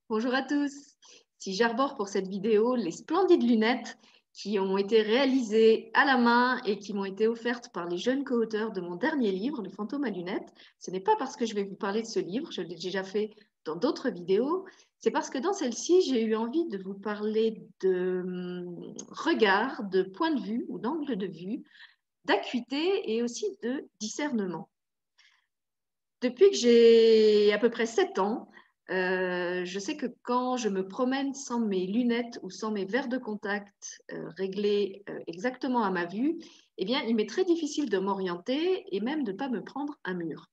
Bonjour à tous. Si j'arbore pour cette vidéo les splendides lunettes qui ont été réalisées à la main et qui m'ont été offertes par les jeunes co-auteurs de mon dernier livre, Le fantôme à lunettes, ce n'est pas parce que je vais vous parler de ce livre, je l'ai déjà fait dans d'autres vidéos, c'est parce que dans celle-ci, j'ai eu envie de vous parler de regard, de point de vue ou d'angle de vue, d'acuité et aussi de discernement. Depuis que j'ai à peu près 7 ans, je sais que quand je me promène sans mes lunettes ou sans mes verres de contact réglés exactement à ma vue, eh bien, il m'est très difficile de m'orienter et même de ne pas me prendre un mur.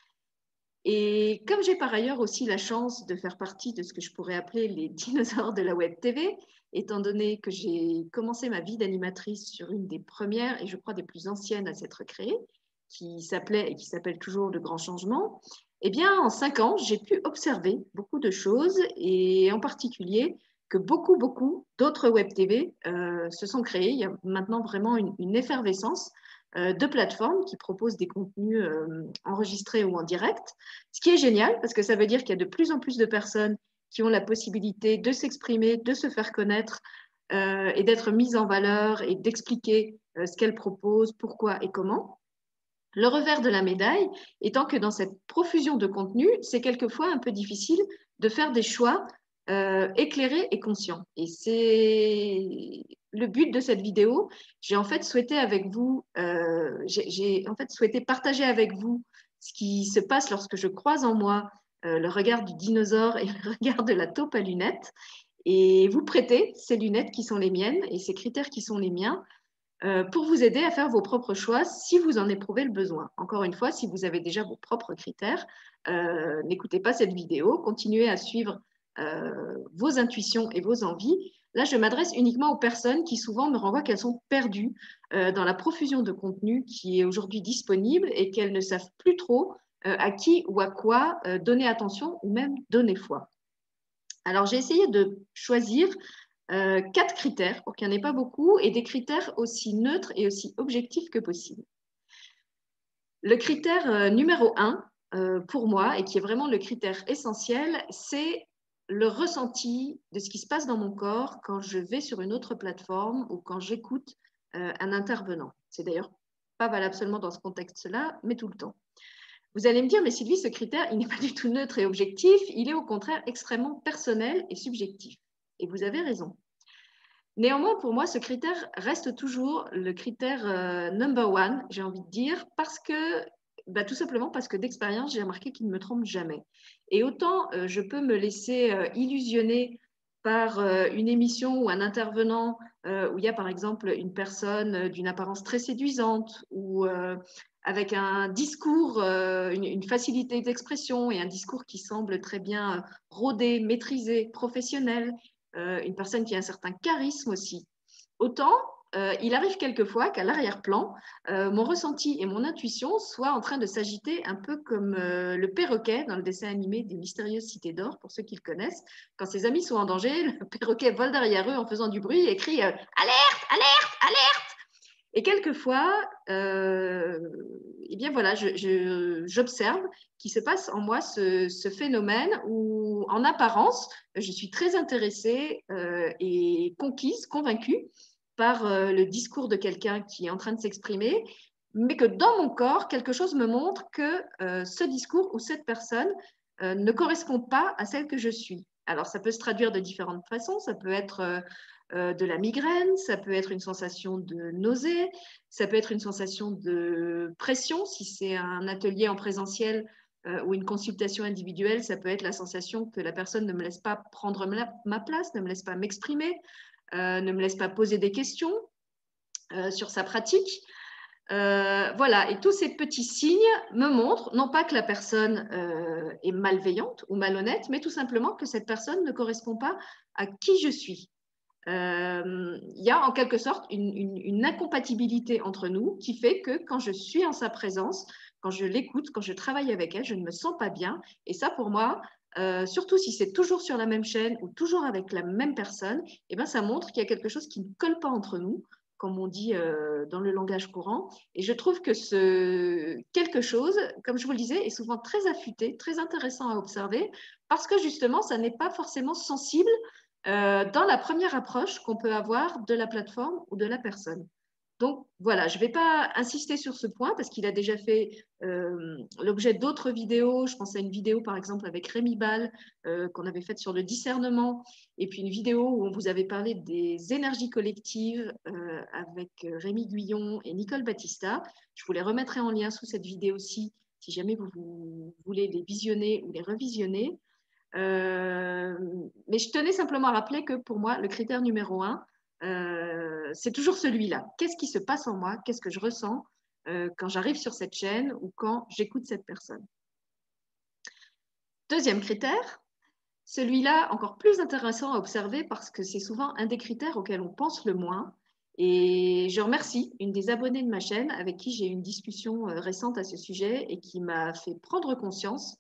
Et comme j'ai par ailleurs aussi la chance de faire partie de ce que je pourrais appeler les dinosaures de la web TV, étant donné que j'ai commencé ma vie d'animatrice sur une des premières et je crois des plus anciennes à s'être créée, qui s'appelait et qui s'appelle toujours Le Grand Changement, eh bien en 5 ans, j'ai pu observer beaucoup de choses et en particulier que beaucoup d'autres web TV se sont créées. Il y a maintenant vraiment une effervescence de plateformes qui proposent des contenus enregistrés ou en direct, ce qui est génial parce que ça veut dire qu'il y a de plus en plus de personnes qui ont la possibilité de s'exprimer, de se faire connaître et d'être mises en valeur et d'expliquer ce qu'elles proposent, pourquoi et comment. Le revers de la médaille étant que dans cette profusion de contenu, c'est quelquefois un peu difficile de faire des choix éclairés et conscients. Et c'est le but de cette vidéo. J'ai en fait souhaité avec vous, j'ai en fait souhaité partager avec vous ce qui se passe lorsque je croise en moi le regard du dinosaure et le regard de la taupe à lunettes et vous prêter ces lunettes qui sont les miennes et ces critères qui sont les miens pour vous aider à faire vos propres choix si vous en éprouvez le besoin. Encore une fois, si vous avez déjà vos propres critères, n'écoutez pas cette vidéo, continuez à suivre vos intuitions et vos envies. Là, je m'adresse uniquement aux personnes qui souvent me renvoient qu'elles sont perdues dans la profusion de contenu qui est aujourd'hui disponible et qu'elles ne savent plus trop à qui ou à quoi donner attention ou même donner foi. Alors, j'ai essayé de choisir 4 critères pour qu'il n'y en ait pas beaucoup et des critères aussi neutres et aussi objectifs que possible. Le critère numéro 1 pour moi, et qui est vraiment le critère essentiel, c'est le ressenti de ce qui se passe dans mon corps quand je vais sur une autre plateforme ou quand j'écoute un intervenant. C'est d'ailleurs pas valable seulement dans ce contexte-là, mais tout le temps. Vous allez me dire, mais Sylvie, ce critère, il n'est pas du tout neutre et objectif, il est au contraire extrêmement personnel et subjectif. Et vous avez raison. Néanmoins, pour moi, ce critère reste toujours le critère number one, j'ai envie de dire, parce que, tout simplement parce que d'expérience, j'ai remarqué qu'il ne me trompe jamais. Et autant je peux me laisser illusionner par une émission ou un intervenant où il y a par exemple une personne d'une apparence très séduisante ou avec un discours, une facilité d'expression et un discours qui semble très bien rodé, maîtrisé, professionnel, une personne qui a un certain charisme aussi. Autant, il arrive quelquefois qu'à l'arrière-plan, mon ressenti et mon intuition soient en train de s'agiter un peu comme le perroquet dans le dessin animé des Mystérieuses Cités d'Or, pour ceux qui le connaissent. Quand ses amis sont en danger, le perroquet vole derrière eux en faisant du bruit et crie Alerte, alerte, alerte. Et quelquefois, eh bien voilà, j'observe qu'il se passe en moi ce phénomène où, en apparence, je suis très intéressée et conquise, convaincue par le discours de quelqu'un qui est en train de s'exprimer, mais que dans mon corps, quelque chose me montre que ce discours ou cette personne ne correspond pas à celle que je suis. Alors, ça peut se traduire de différentes façons. Ça peut être de la migraine, ça peut être une sensation de nausée, ça peut être une sensation de pression. Si c'est un atelier en présentiel ou une consultation individuelle, ça peut être la sensation que la personne ne me laisse pas prendre ma place, ne me laisse pas m'exprimer, ne me laisse pas poser des questions sur sa pratique. Voilà, et tous ces petits signes me montrent, non pas que la personne est malveillante ou malhonnête, mais tout simplement que cette personne ne correspond pas à qui je suis. Il y a en quelque sorte une incompatibilité entre nous qui fait que quand je suis en sa présence, quand je l'écoute, quand je travaille avec elle, je ne me sens pas bien. Et ça, pour moi, surtout si c'est toujours sur la même chaîne ou toujours avec la même personne, eh ben, ça montre qu'il y a quelque chose qui ne colle pas entre nous, comme on dit dans le langage courant. Et je trouve que ce quelque chose, comme je vous le disais, est souvent très affûté, très intéressant à observer, parce que justement, ça n'est pas forcément sensible dans la première approche qu'on peut avoir de la plateforme ou de la personne. Donc voilà, je ne vais pas insister sur ce point parce qu'il a déjà fait l'objet d'autres vidéos. Je pense à une vidéo par exemple avec Rémi Ball qu'on avait faite sur le discernement, et puis une vidéo où on vous avait parlé des énergies collectives avec Rémi Guyon et Nicole Battista. Je vous les remettrai en lien sous cette vidéo-ci si jamais vous voulez les visionner ou les revisionner. Mais je tenais simplement à rappeler que pour moi, le critère numéro 1, c'est toujours celui-là. Qu'est-ce qui se passe en moi? Qu'est-ce que je ressens quand j'arrive sur cette chaîne ou quand j'écoute cette personne? Deuxième critère, celui-là encore plus intéressant à observer parce que c'est souvent un des critères auxquels on pense le moins. Et je remercie une des abonnées de ma chaîne avec qui j'ai eu une discussion récente à ce sujet et qui m'a fait prendre conscience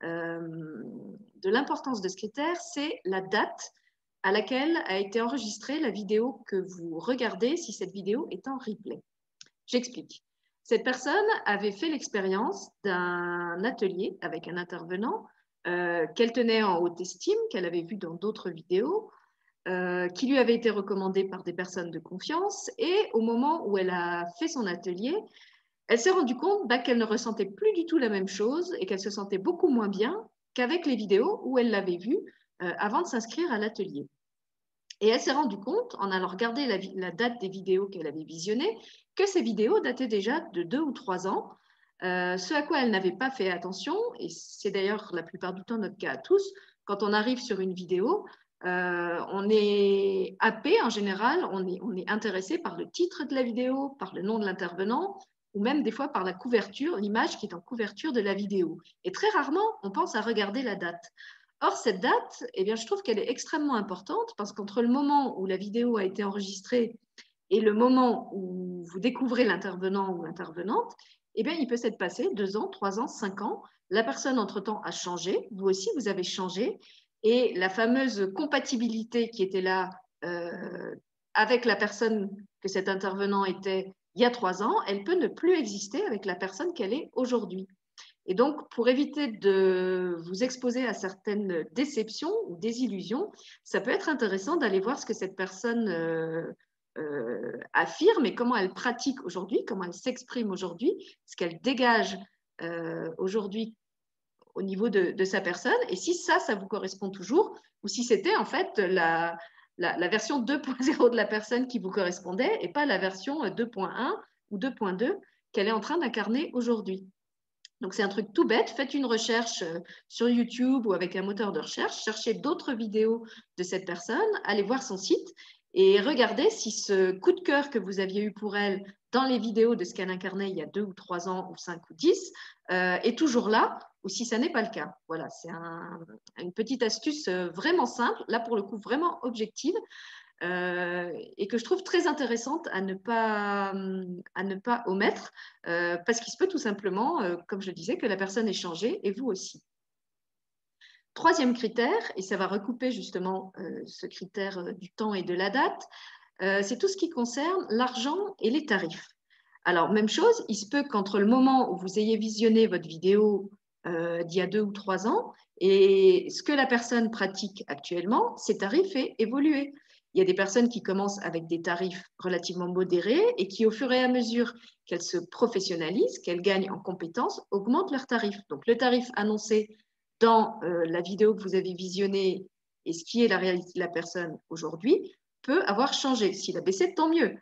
de l'importance de ce critère, c'est la date à laquelle a été enregistrée la vidéo que vous regardez si cette vidéo est en replay. J'explique. Cette personne avait fait l'expérience d'un atelier avec un intervenant qu'elle tenait en haute estime, qu'elle avait vu dans d'autres vidéos, qui lui avait été recommandé par des personnes de confiance. Et au moment où elle a fait son atelier, elle s'est rendue compte qu'elle ne ressentait plus du tout la même chose et qu'elle se sentait beaucoup moins bien qu'avec les vidéos où elle l'avait vue avant de s'inscrire à l'atelier. Et elle s'est rendue compte, en allant regarder la date des vidéos qu'elle avait visionnées, que ces vidéos dataient déjà de 2 ou 3 ans, ce à quoi elle n'avait pas fait attention, et c'est d'ailleurs la plupart du temps notre cas à tous. Quand on arrive sur une vidéo, on est happé en général, on est intéressé par le titre de la vidéo, par le nom de l'intervenant, ou même des fois par la couverture, l'image qui est en couverture de la vidéo. Et très rarement, on pense à regarder la date. Or, cette date, eh bien, je trouve qu'elle est extrêmement importante parce qu'entre le moment où la vidéo a été enregistrée et le moment où vous découvrez l'intervenant ou l'intervenante, eh bien, il peut s'être passé 2 ans, 3 ans, 5 ans. La personne, entre-temps, a changé. Vous aussi, vous avez changé. Et la fameuse compatibilité qui était là avec la personne que cet intervenant était il y a 3 ans, elle peut ne plus exister avec la personne qu'elle est aujourd'hui. Et donc, pour éviter de vous exposer à certaines déceptions ou désillusions, ça peut être intéressant d'aller voir ce que cette personne affirme et comment elle pratique aujourd'hui, comment elle s'exprime aujourd'hui, ce qu'elle dégage aujourd'hui au niveau de sa personne, et si ça vous correspond toujours, ou si c'était en fait la version 2.0 de la personne qui vous correspondait et pas la version 2.1 ou 2.2 qu'elle est en train d'incarner aujourd'hui. Donc, c'est un truc tout bête. Faites une recherche sur YouTube ou avec un moteur de recherche. Cherchez d'autres vidéos de cette personne. Allez voir son site et regardez si ce coup de cœur que vous aviez eu pour elle dans les vidéos de ce qu'elle incarnait il y a 2 ou 3 ans ou 5 ou 10 est toujours là ou si ça n'est pas le cas. Voilà, c'est une petite astuce vraiment simple, là pour le coup vraiment objective, et que je trouve très intéressante à ne pas omettre, parce qu'il se peut tout simplement, comme je disais, que la personne ait changé et vous aussi. Troisième critère, et ça va recouper justement ce critère du temps et de la date, c'est tout ce qui concerne l'argent et les tarifs. Alors, même chose, il se peut qu'entre le moment où vous ayez visionné votre vidéo d'il y a 2 ou 3 ans et ce que la personne pratique actuellement, ces tarifs aient évolué. Il y a des personnes qui commencent avec des tarifs relativement modérés et qui, au fur et à mesure qu'elles se professionnalisent, qu'elles gagnent en compétences, augmentent leurs tarifs. Donc, le tarif annoncé dans la vidéo que vous avez visionnée et ce qui est la réalité de la personne aujourd'hui peut avoir changé. S'il a baissé, tant mieux.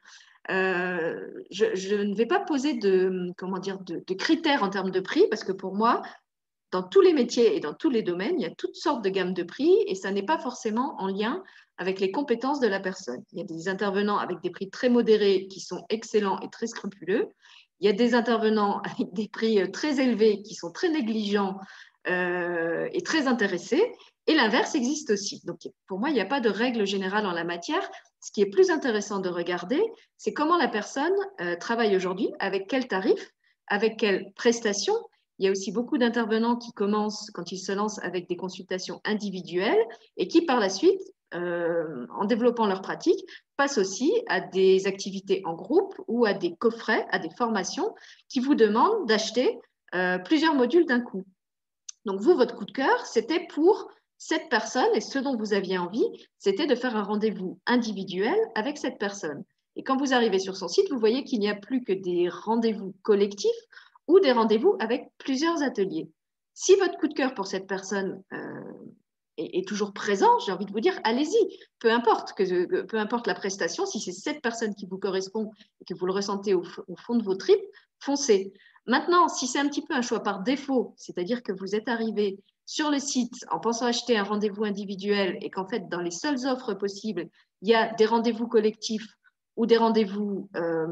Je ne vais pas poser de critères en termes de prix parce que pour moi, dans tous les métiers et dans tous les domaines, il y a toutes sortes de gammes de prix et ça n'est pas forcément en lien avec les compétences de la personne. Il y a des intervenants avec des prix très modérés qui sont excellents et très scrupuleux. Il y a des intervenants avec des prix très élevés qui sont très négligents et très intéressés. Et l'inverse existe aussi. Donc, pour moi, il n'y a pas de règle générale en la matière. Ce qui est plus intéressant de regarder, c'est comment la personne travaille aujourd'hui, avec quel tarif, avec quelles prestations. Il y a aussi beaucoup d'intervenants qui commencent, quand ils se lancent, avec des consultations individuelles et qui, par la suite, en développant leur pratique, passent aussi à des activités en groupe ou à des coffrets, à des formations qui vous demandent d'acheter plusieurs modules d'un coup. Donc vous, votre coup de cœur, c'était pour cette personne et ce dont vous aviez envie, c'était de faire un rendez-vous individuel avec cette personne. Et quand vous arrivez sur son site, vous voyez qu'il n'y a plus que des rendez-vous collectifs ou des rendez-vous avec plusieurs ateliers. Si votre coup de cœur pour cette personne est toujours présent, j'ai envie de vous dire, allez-y, peu importe la prestation, si c'est cette personne qui vous correspond et que vous le ressentez au fond de vos tripes, foncez. Maintenant, si c'est un petit peu un choix par défaut, c'est-à-dire que vous êtes arrivé sur le site en pensant acheter un rendez-vous individuel et qu'en fait, dans les seules offres possibles, il y a des rendez-vous collectifs ou des rendez-vous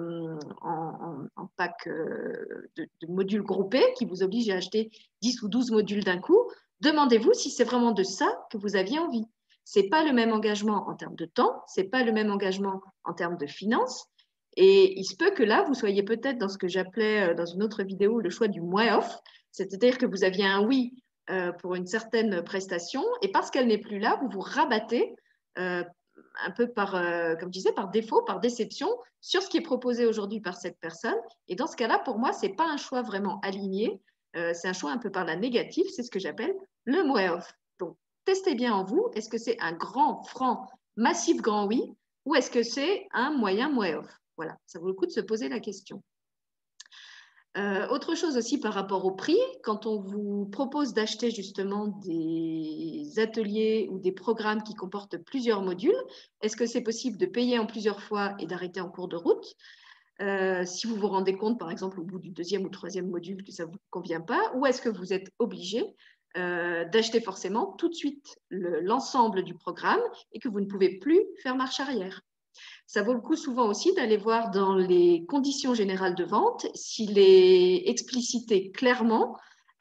en pack de modules groupés qui vous obligent à acheter 10 ou 12 modules d'un coup, demandez-vous si c'est vraiment de ça que vous aviez envie. Ce n'est pas le même engagement en termes de temps, ce n'est pas le même engagement en termes de finances. Et il se peut que là, vous soyez peut-être dans ce que j'appelais dans une autre vidéo le choix du moins off, c'est-à-dire que vous aviez un oui pour une certaine prestation et parce qu'elle n'est plus là, vous vous rabattez un peu comme je disais, par défaut, par déception sur ce qui est proposé aujourd'hui par cette personne. Et dans ce cas-là, pour moi, ce n'est pas un choix vraiment aligné, c'est un choix un peu par la négative, c'est ce que j'appelle le moins off. Donc, testez bien en vous, est-ce que c'est un grand, franc, massif grand oui ou est-ce que c'est un moyen moins off? Voilà, ça vaut le coup de se poser la question. Autre chose aussi par rapport au prix, quand on vous propose d'acheter justement des ateliers ou des programmes qui comportent plusieurs modules, est-ce que c'est possible de payer en plusieurs fois et d'arrêter en cours de route? Si vous vous rendez compte, par exemple, au bout du deuxième ou troisième module que ça ne vous convient pas, ou est-ce que vous êtes obligé d'acheter forcément tout de suite l'ensemble du programme et que vous ne pouvez plus faire marche arrière? Ça vaut le coup souvent aussi d'aller voir dans les conditions générales de vente s'il est explicité clairement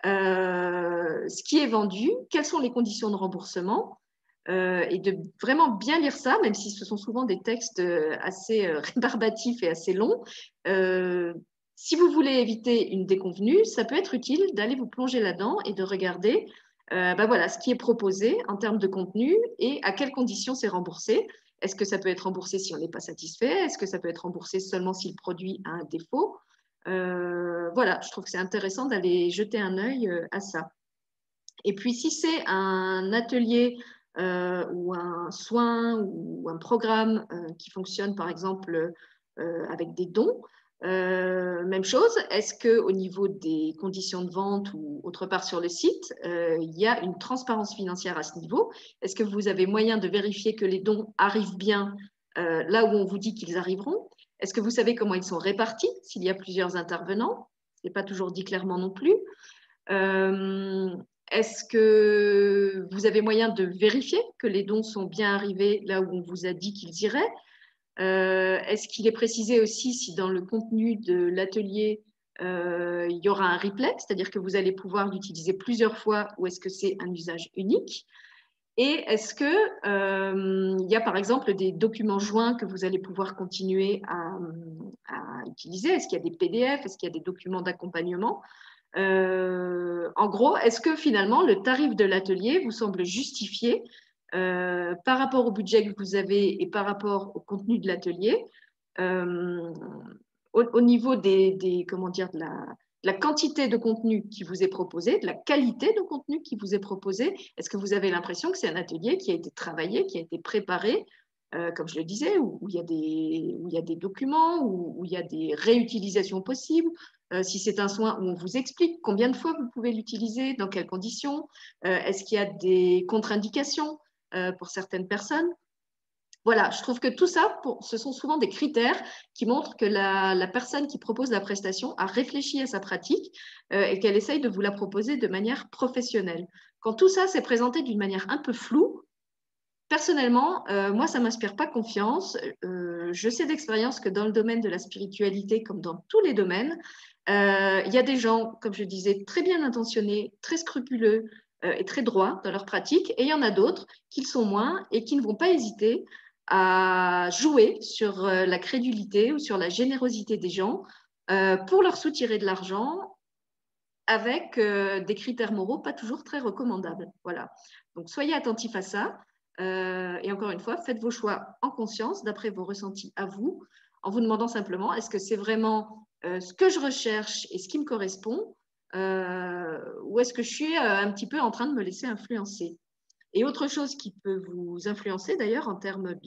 ce qui est vendu, quelles sont les conditions de remboursement et de vraiment bien lire ça, même si ce sont souvent des textes assez rébarbatifs et assez longs. Si vous voulez éviter une déconvenue, ça peut être utile d'aller vous plonger là-dedans et de regarder voilà, ce qui est proposé en termes de contenu et à quelles conditions c'est remboursé. Est-ce que ça peut être remboursé si on n'est pas satisfait? Est-ce que ça peut être remboursé seulement si le produit a un défaut? Voilà, je trouve que c'est intéressant d'aller jeter un œil à ça. Et puis, si c'est un atelier ou un soin ou un programme qui fonctionne, par exemple, avec des dons, même chose, est-ce qu'au niveau des conditions de vente ou autre part sur le site, il y a une transparence financière à ce niveau? Est-ce que vous avez moyen de vérifier que les dons arrivent bien là où on vous dit qu'ils arriveront? Est-ce que vous savez comment ils sont répartis s'il y a plusieurs intervenants? Ce n'est pas toujours dit clairement non plus. Est-ce que vous avez moyen de vérifier que les dons sont bien arrivés là où on vous a dit qu'ils iraient? Est-ce qu'il est précisé aussi si dans le contenu de l'atelier, il y aura un replay, c'est-à-dire que vous allez pouvoir l'utiliser plusieurs fois ou est-ce que c'est un usage unique? Et est-ce qu'il y a par exemple des documents joints que vous allez pouvoir continuer à utiliser? Est-ce qu'il y a des PDF? Est-ce qu'il y a des documents d'accompagnement? En gros, est-ce que finalement le tarif de l'atelier vous semble justifié par rapport au budget que vous avez et par rapport au contenu de l'atelier au niveau comment dire, de la quantité de contenu qui vous est proposé, de la qualité de contenu qui vous est proposé? Est-ce que vous avez l'impression que c'est un atelier qui a été travaillé, qui a été préparé, comme je le disais, où il y a des documents, où il y a des réutilisations possibles? Si c'est un soin où on vous explique combien de fois vous pouvez l'utiliser, dans quelles conditions, est-ce qu'il y a des contre-indications pour certaines personnes? Voilà, je trouve que tout ça, ce sont souvent des critères qui montrent que la personne qui propose la prestation a réfléchi à sa pratique et qu'elle essaye de vous la proposer de manière professionnelle. Quand tout ça s'est présenté d'une manière un peu floue, personnellement, moi, ça ne m'inspire pas confiance. Je sais d'expérience que dans le domaine de la spiritualité, comme dans tous les domaines, il y a des gens, comme je disais, très bien intentionnés, très scrupuleux et très droits dans leur pratique, et il y en a d'autres qui le sont moins et qui ne vont pas hésiter à jouer sur la crédulité ou sur la générosité des gens pour leur soutirer de l'argent avec des critères moraux pas toujours très recommandables. Voilà. Donc, soyez attentifs à ça. Et encore une fois, faites vos choix en conscience, d'après vos ressentis à vous, en vous demandant simplement, est-ce que c'est vraiment ce que je recherche et ce qui me correspond, ou est-ce que je suis un petit peu en train de me laisser influencer? Et autre chose qui peut vous influencer d'ailleurs en termes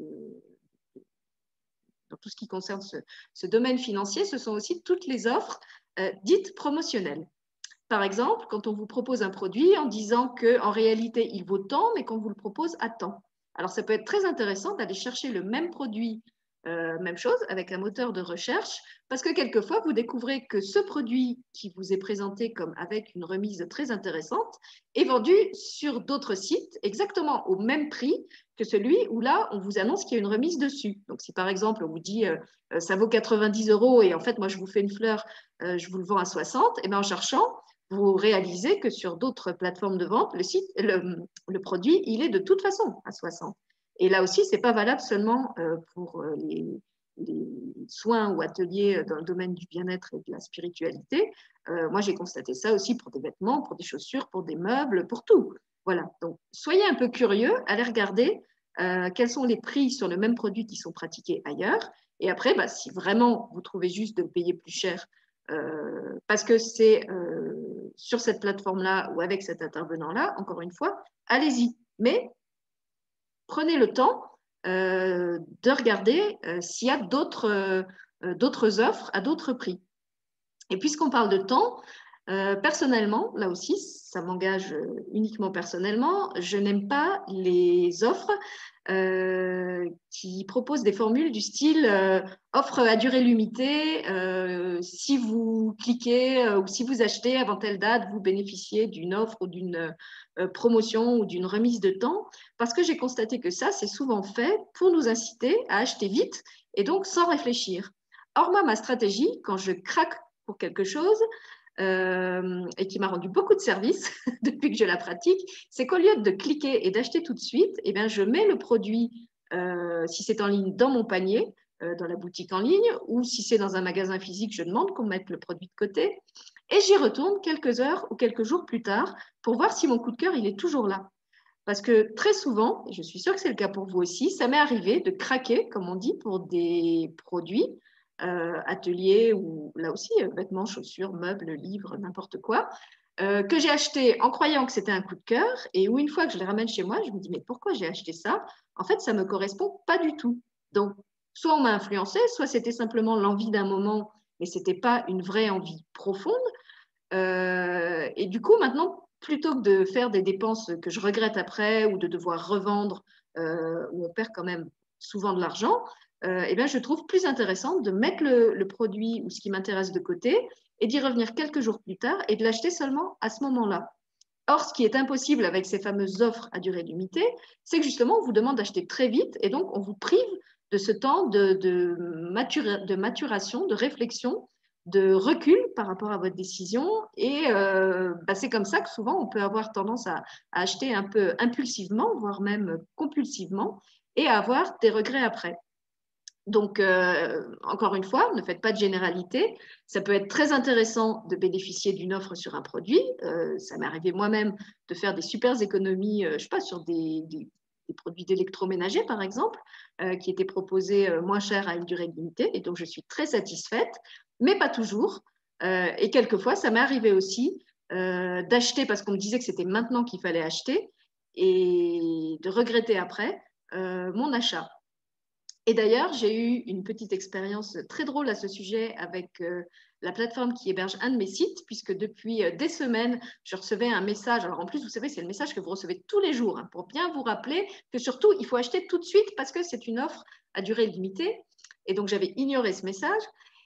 dans tout ce qui concerne ce domaine financier, ce sont aussi toutes les offres dites promotionnelles. Par exemple, quand on vous propose un produit en disant qu'en réalité, il vaut tant, mais qu'on vous le propose à tant. Alors, ça peut être très intéressant d'aller chercher le même produit, même chose, avec un moteur de recherche, parce que quelquefois, vous découvrez que ce produit qui vous est présenté comme avec une remise très intéressante est vendu sur d'autres sites exactement au même prix que celui où là, on vous annonce qu'il y a une remise dessus. Donc, si par exemple, on vous dit ça vaut 90 € et en fait, moi, je vous fais une fleur, je vous le vends à 60, et bien en cherchant, vous réalisez que sur d'autres plateformes de vente, le produit, il est de toute façon à 60. Et là aussi, ce n'est pas valable seulement pour les soins ou ateliers dans le domaine du bien-être et de la spiritualité. Moi, j'ai constaté ça aussi pour des vêtements, pour des chaussures, pour des meubles, pour tout. Voilà. Donc, soyez un peu curieux, allez regarder quels sont les prix sur le même produit qui sont pratiqués ailleurs. Et après, bah, si vraiment vous trouvez juste de payer plus cher parce que c'est sur cette plateforme-là ou avec cet intervenant-là, encore une fois, allez-y. Mais prenez le temps de regarder s'il y a d'autres offres à d'autres prix. Et puisqu'on parle de temps, personnellement, là aussi, ça m'engage uniquement personnellement, je n'aime pas les offres qui proposent des formules du style offre à durée limitée, si vous cliquez ou si vous achetez avant telle date, vous bénéficiez d'une offre ou d'une promotion ou d'une remise de temps, parce que j'ai constaté que ça, c'est souvent fait pour nous inciter à acheter vite et donc sans réfléchir. Or, moi, ma stratégie, quand je craque pour quelque chose et qui m'a rendu beaucoup de services depuis que je la pratique, c'est qu'au lieu de cliquer et d'acheter tout de suite, eh bien, je mets le produit, si c'est en ligne, dans mon panier, dans la boutique en ligne, ou si c'est dans un magasin physique, je demande qu'on mette le produit de côté, et j'y retourne quelques heures ou quelques jours plus tard pour voir si mon coup de cœur, il est toujours là. Parce que très souvent, et je suis sûre que c'est le cas pour vous aussi, ça m'est arrivé de craquer, comme on dit, pour des produits, ateliers ou là aussi, vêtements, chaussures, meubles, livres, n'importe quoi, que j'ai acheté en croyant que c'était un coup de cœur et où une fois que je les ramène chez moi, je me dis mais pourquoi j'ai acheté ça? En fait, ça ne me correspond pas du tout. Donc, soit on m'a influencé, soit c'était simplement l'envie d'un moment, mais ce n'était pas une vraie envie profonde. Et du coup, maintenant, plutôt que de faire des dépenses que je regrette après ou de devoir revendre, où on perd quand même souvent de l'argent, eh bien, je trouve plus intéressant de mettre le produit ou ce qui m'intéresse de côté et d'y revenir quelques jours plus tard et de l'acheter seulement à ce moment-là. Or, ce qui est impossible avec ces fameuses offres à durée limitée, c'est que justement, on vous demande d'acheter très vite et donc on vous prive de ce temps de maturation, de réflexion, de recul par rapport à votre décision. Et bah, c'est comme ça que souvent, on peut avoir tendance à acheter un peu impulsivement, voire même compulsivement, et à avoir des regrets après. Donc, encore une fois, ne faites pas de généralité. Ça peut être très intéressant de bénéficier d'une offre sur un produit. Ça m'est arrivé moi-même de faire des super économies, je sais pas, sur des produits d'électroménager, par exemple, qui étaient proposés moins cher à une durée limitée. Et donc, je suis très satisfaite, mais pas toujours. Et quelquefois, ça m'est arrivé aussi d'acheter parce qu'on me disait que c'était maintenant qu'il fallait acheter et de regretter après mon achat. Et d'ailleurs, j'ai eu une petite expérience très drôle à ce sujet avec la plateforme qui héberge un de mes sites, puisque depuis des semaines, je recevais un message. Alors en plus, vous savez, c'est le message que vous recevez tous les jours, hein, pour bien vous rappeler que surtout, il faut acheter tout de suite parce que c'est une offre à durée limitée. Et donc, j'avais ignoré ce message.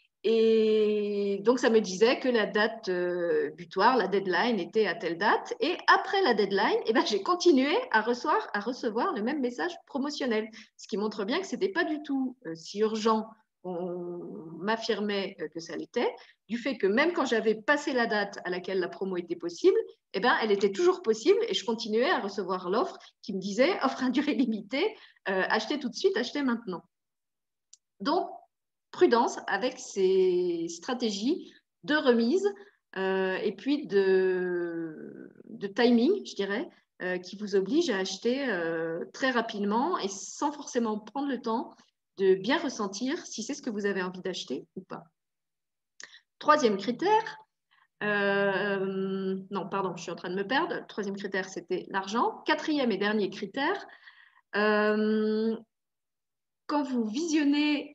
Et donc, ça me disait que la date butoir, la deadline était à telle date. Et après la deadline, eh ben, j'ai continué à recevoir le même message promotionnel, ce qui montre bien que ce n'était pas du tout si urgent qu'on m'affirmait que ça l'était, du fait que même quand j'avais passé la date à laquelle la promo était possible, eh ben, elle était toujours possible et je continuais à recevoir l'offre qui me disait offre à durée limitée, achetez tout de suite, achetez maintenant. Donc, prudence avec ces stratégies de remise et puis de timing, je dirais, qui vous oblige à acheter très rapidement et sans forcément prendre le temps de bien ressentir si c'est ce que vous avez envie d'acheter ou pas. Troisième critère, non, pardon, je suis en train de me perdre. Le troisième critère, c'était l'argent. Quatrième et dernier critère, quand vous visionnez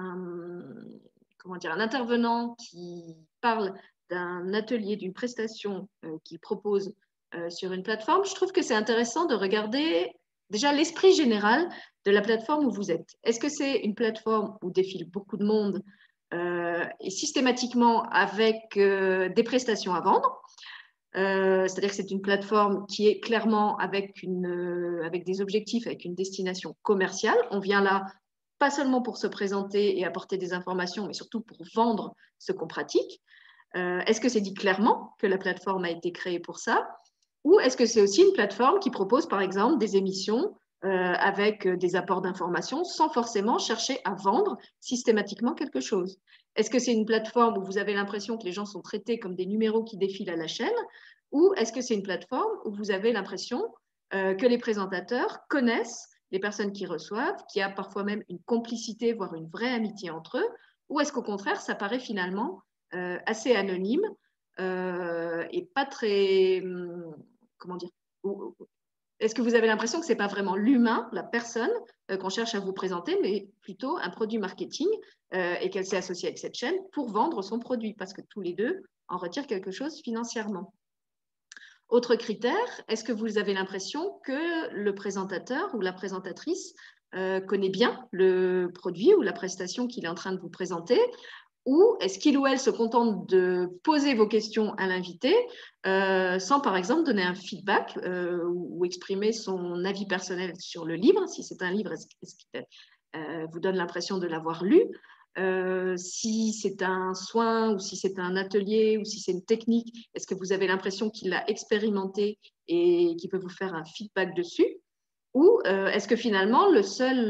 un intervenant qui parle d'un atelier, d'une prestation qu'il propose sur une plateforme, je trouve que c'est intéressant de regarder déjà l'esprit général de la plateforme où vous êtes. Est-ce que c'est une plateforme où défile beaucoup de monde et systématiquement avec des prestations à vendre? C'est-à-dire que c'est une plateforme qui est clairement avec des objectifs, avec une destination commerciale. On vient là pas seulement pour se présenter et apporter des informations, mais surtout pour vendre ce qu'on pratique. Est-ce que c'est dit clairement que la plateforme a été créée pour ça? Ou est-ce que c'est aussi une plateforme qui propose, par exemple, des émissions avec des apports d'informations sans forcément chercher à vendre systématiquement quelque chose? Est-ce que c'est une plateforme où vous avez l'impression que les gens sont traités comme des numéros qui défilent à la chaîne? Ou est-ce que c'est une plateforme où vous avez l'impression que les présentateurs connaissent les personnes qui reçoivent, qu'il y a parfois même une complicité, voire une vraie amitié entre eux? Ou est-ce qu'au contraire, ça paraît finalement assez anonyme et pas très, comment dire, est-ce que vous avez l'impression que ce n'est pas vraiment l'humain, la personne qu'on cherche à vous présenter, mais plutôt un produit marketing et qu'elle s'est associée avec cette chaîne pour vendre son produit, parce que tous les deux en retirent quelque chose financièrement. Autre critère, est-ce que vous avez l'impression que le présentateur ou la présentatrice connaît bien le produit ou la prestation qu'il est en train de vous présenter? Ou est-ce qu'il ou elle se contente de poser vos questions à l'invité sans, par exemple, donner un feedback ou exprimer son avis personnel sur le livre? Si c'est un livre, est-ce qu'il vous donne l'impression de l'avoir lu? Si c'est un soin ou si c'est un atelier ou si c'est une technique, est-ce que vous avez l'impression qu'il l'a expérimenté et qu'il peut vous faire un feedback dessus? Ou est-ce que finalement, la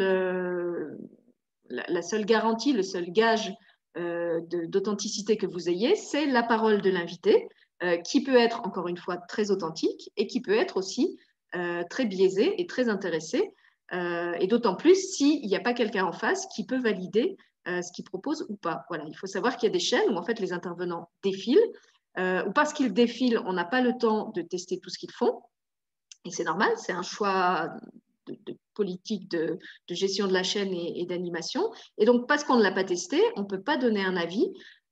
seule garantie, le seul gage d'authenticité que vous ayez, c'est la parole de l'invité, qui peut être, encore une fois, très authentique et qui peut être aussi très biaisé et très intéressé, et d'autant plus s'il n'y a pas quelqu'un en face qui peut valider ce qu'il propose ou pas. Voilà, il faut savoir qu'il y a des chaînes où en fait les intervenants défilent, ou parce qu'ils défilent, on n'a pas le temps de tester tout ce qu'ils font, et c'est normal, c'est un choix de politique de gestion de la chaîne et d'animation. Et donc, parce qu'on ne l'a pas testé, on ne peut pas donner un avis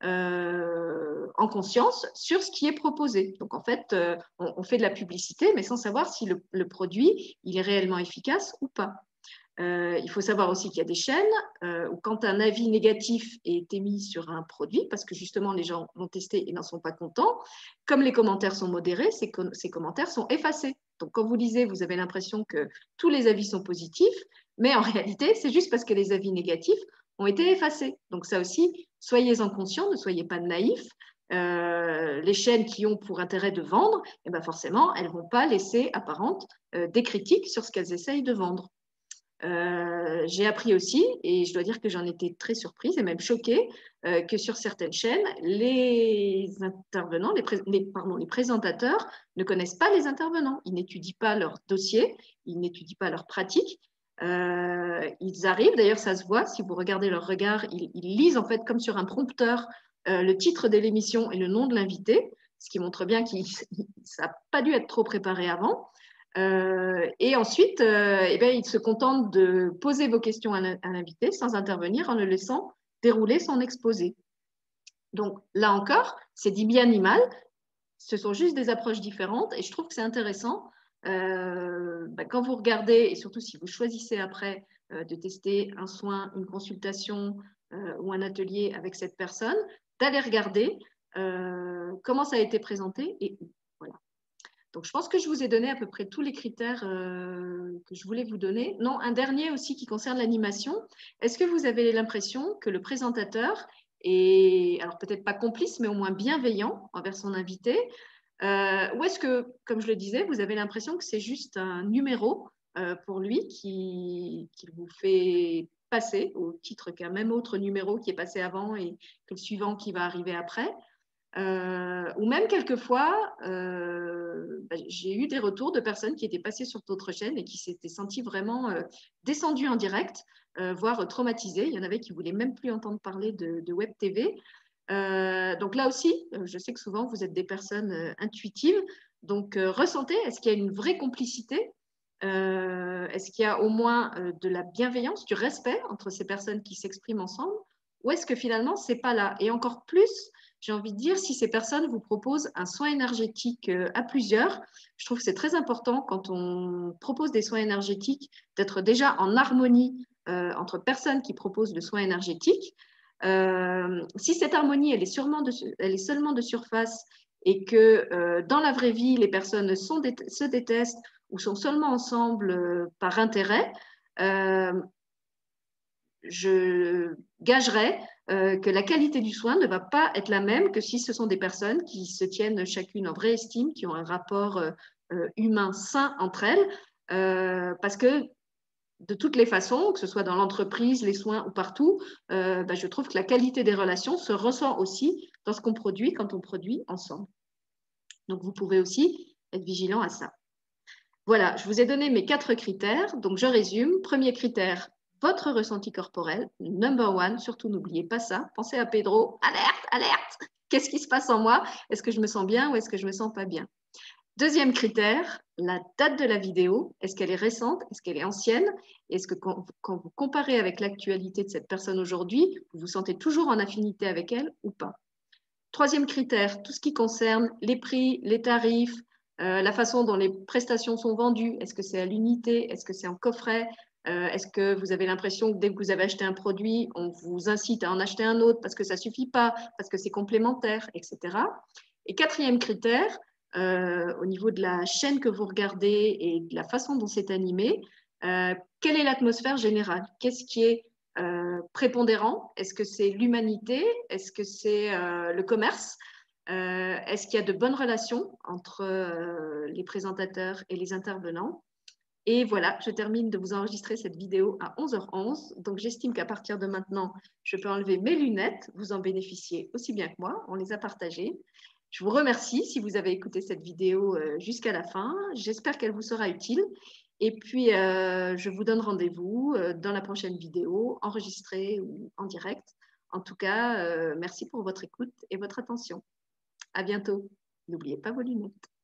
en conscience sur ce qui est proposé. Donc, en fait, on fait de la publicité, mais sans savoir si le produit il est réellement efficace ou pas. Il faut savoir aussi qu'il y a des chaînes où quand un avis négatif est émis sur un produit, parce que justement les gens l'ont testé et n'en sont pas contents, comme les commentaires sont modérés, ces commentaires sont effacés. Donc quand vous lisez, vous avez l'impression que tous les avis sont positifs, mais en réalité, c'est juste parce que les avis négatifs ont été effacés. Donc ça aussi, soyez-en conscients, ne soyez pas naïfs. Les chaînes qui ont pour intérêt de vendre, eh ben forcément, elles ne vont pas laisser apparentes des critiques sur ce qu'elles essayent de vendre. J'ai appris aussi, et je dois dire que j'en étais très surprise et même choquée, que sur certaines chaînes, les intervenants, les présentateurs ne connaissent pas les intervenants. Ils n'étudient pas leur dossier, ils n'étudient pas leur pratique. Ils arrivent, d'ailleurs ça se voit, si vous regardez leur regard, ils lisent en fait comme sur un prompteur le titre de l'émission et le nom de l'invité, ce qui montre bien que ça n'a pas dû être trop préparé avant. Et ensuite, eh bien, il se contente de poser vos questions à l'invité sans intervenir en le laissant dérouler son exposé. Donc là encore, c'est dit bien ni mal, ce sont juste des approches différentes et je trouve que c'est intéressant quand vous regardez et surtout si vous choisissez après de tester un soin, une consultation ou un atelier avec cette personne, d'aller regarder comment ça a été présenté et où. Voilà. Donc, je pense que je vous ai donné à peu près tous les critères que je voulais vous donner. Non, un dernier aussi qui concerne l'animation. Est-ce que vous avez l'impression que le présentateur est, alors peut-être pas complice, mais au moins bienveillant envers son invité? Ou est-ce que, comme je le disais, vous avez l'impression que c'est juste un numéro pour lui qui vous fait passer au titre qu'un même autre numéro qui est passé avant et que le suivant qui va arriver après? Ou même quelquefois, j'ai eu des retours de personnes qui étaient passées sur d'autres chaînes et qui s'étaient senties vraiment descendues en direct, voire traumatisées. Il y en avait qui ne voulaient même plus entendre parler de Web TV. Donc là aussi, je sais que souvent vous êtes des personnes intuitives. Donc ressentez, est-ce qu'il y a une vraie complicité? Est-ce qu'il y a au moins de la bienveillance, du respect entre ces personnes qui s'expriment ensemble? Ou est-ce que finalement, ce n'est pas là? Et encore plus, j'ai envie de dire, si ces personnes vous proposent un soin énergétique à plusieurs, je trouve que c'est très important quand on propose des soins énergétiques d'être déjà en harmonie entre personnes qui proposent le soin énergétique. Si cette harmonie, elle est seulement de surface et que dans la vraie vie, les personnes se détestent ou sont seulement ensemble par intérêt, je gagerais que la qualité du soin ne va pas être la même que si ce sont des personnes qui se tiennent chacune en vraie estime, qui ont un rapport humain sain entre elles, parce que de toutes les façons, que ce soit dans l'entreprise, les soins ou partout, je trouve que la qualité des relations se ressent aussi dans ce qu'on produit quand on produit ensemble. Donc, vous pouvez aussi être vigilant à ça. Voilà, je vous ai donné mes 4 critères. Donc, je résume. Premier critère, votre ressenti corporel. Number one, surtout n'oubliez pas ça. Pensez à Pedro. Alerte, alerte. Qu'est-ce qui se passe en moi? Est-ce que je me sens bien ou est-ce que je me sens pas bien? Deuxième critère, la date de la vidéo. Est-ce qu'elle est récente? Est-ce qu'elle est ancienne? Est-ce que quand vous comparez avec l'actualité de cette personne aujourd'hui, vous vous sentez toujours en affinité avec elle ou pas? Troisième critère, tout ce qui concerne les prix, les tarifs, la façon dont les prestations sont vendues. Est-ce que c'est à l'unité? Est-ce que c'est en coffret? Est-ce que vous avez l'impression que dès que vous avez acheté un produit, on vous incite à en acheter un autre parce que ça ne suffit pas, parce que c'est complémentaire, etc. Et quatrième critère, au niveau de la chaîne que vous regardez et de la façon dont c'est animé, quelle est l'atmosphère générale? Qu'est-ce qui est prépondérant? Est-ce que c'est l'humanité? Est-ce que c'est le commerce? Est-ce qu'il y a de bonnes relations entre les présentateurs et les intervenants? Et voilà, je termine de vous enregistrer cette vidéo à 11h11. Donc, j'estime qu'à partir de maintenant, je peux enlever mes lunettes. Vous en bénéficiez aussi bien que moi. On les a partagées. Je vous remercie si vous avez écouté cette vidéo jusqu'à la fin. J'espère qu'elle vous sera utile. Et puis, je vous donne rendez-vous dans la prochaine vidéo, enregistrée ou en direct. En tout cas, merci pour votre écoute et votre attention. À bientôt. N'oubliez pas vos lunettes.